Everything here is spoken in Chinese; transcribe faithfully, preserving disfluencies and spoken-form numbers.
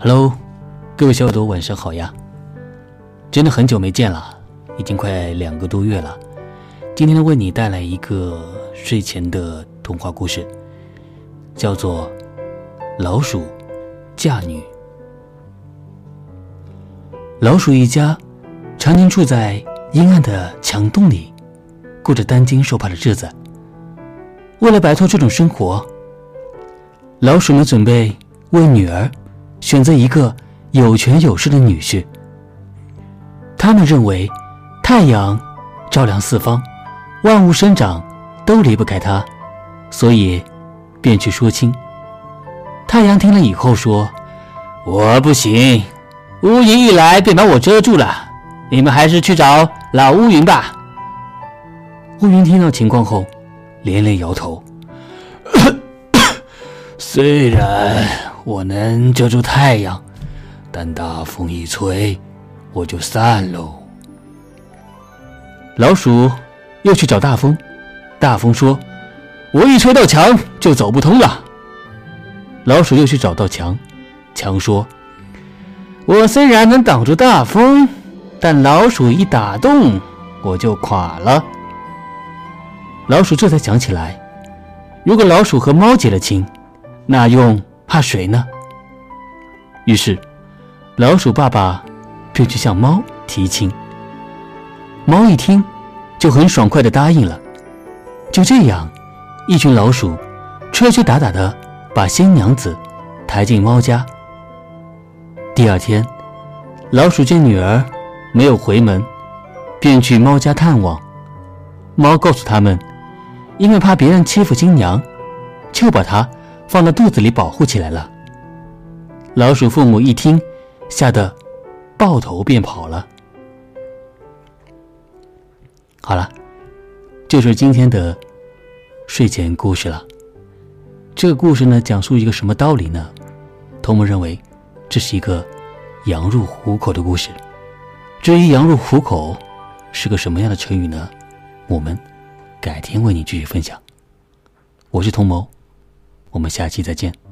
Hello， 各位小耳朵晚上好呀！真的很久没见了，已经快两个多月了。今天呢，为你带来一个睡前的童话故事，叫做《老鼠嫁女》。老鼠一家常年住在阴暗的墙洞里，过着担惊受怕的日子。为了摆脱这种生活，老鼠们准备为女儿选择一个有权有势的女婿。他们认为太阳照亮四方，万物生长都离不开它，所以便去说亲。太阳听了以后说：我不行，乌云一来便把我遮住了，你们还是去找老乌云吧。乌云听到情况后连连摇头，虽然我能遮住太阳，但大风一吹我就散喽。老鼠又去找大风，大风说：我一吹到墙就走不通了。老鼠又去找到墙，墙说：我虽然能挡住大风，但老鼠一打洞我就垮了。老鼠这才想起来，如果老鼠和猫结了亲，那用怕谁呢？于是老鼠爸爸便去向猫提亲。猫一听就很爽快地答应了。就这样，一群老鼠吹吹打打地把新娘子抬进猫家。第二天，老鼠见女儿没有回门，便去猫家探望。猫告诉他们，因为怕别人欺负新娘，就把她放到肚子里保护起来了。老鼠父母一听，吓得抱头便跑了。好了，就是今天的睡前故事了。这个故事呢，讲述一个什么道理呢？童们认为这是一个羊入虎口的故事。至于羊入虎口是个什么样的成语呢？我们改天为你继续分享。我是童谋，我们下期再见。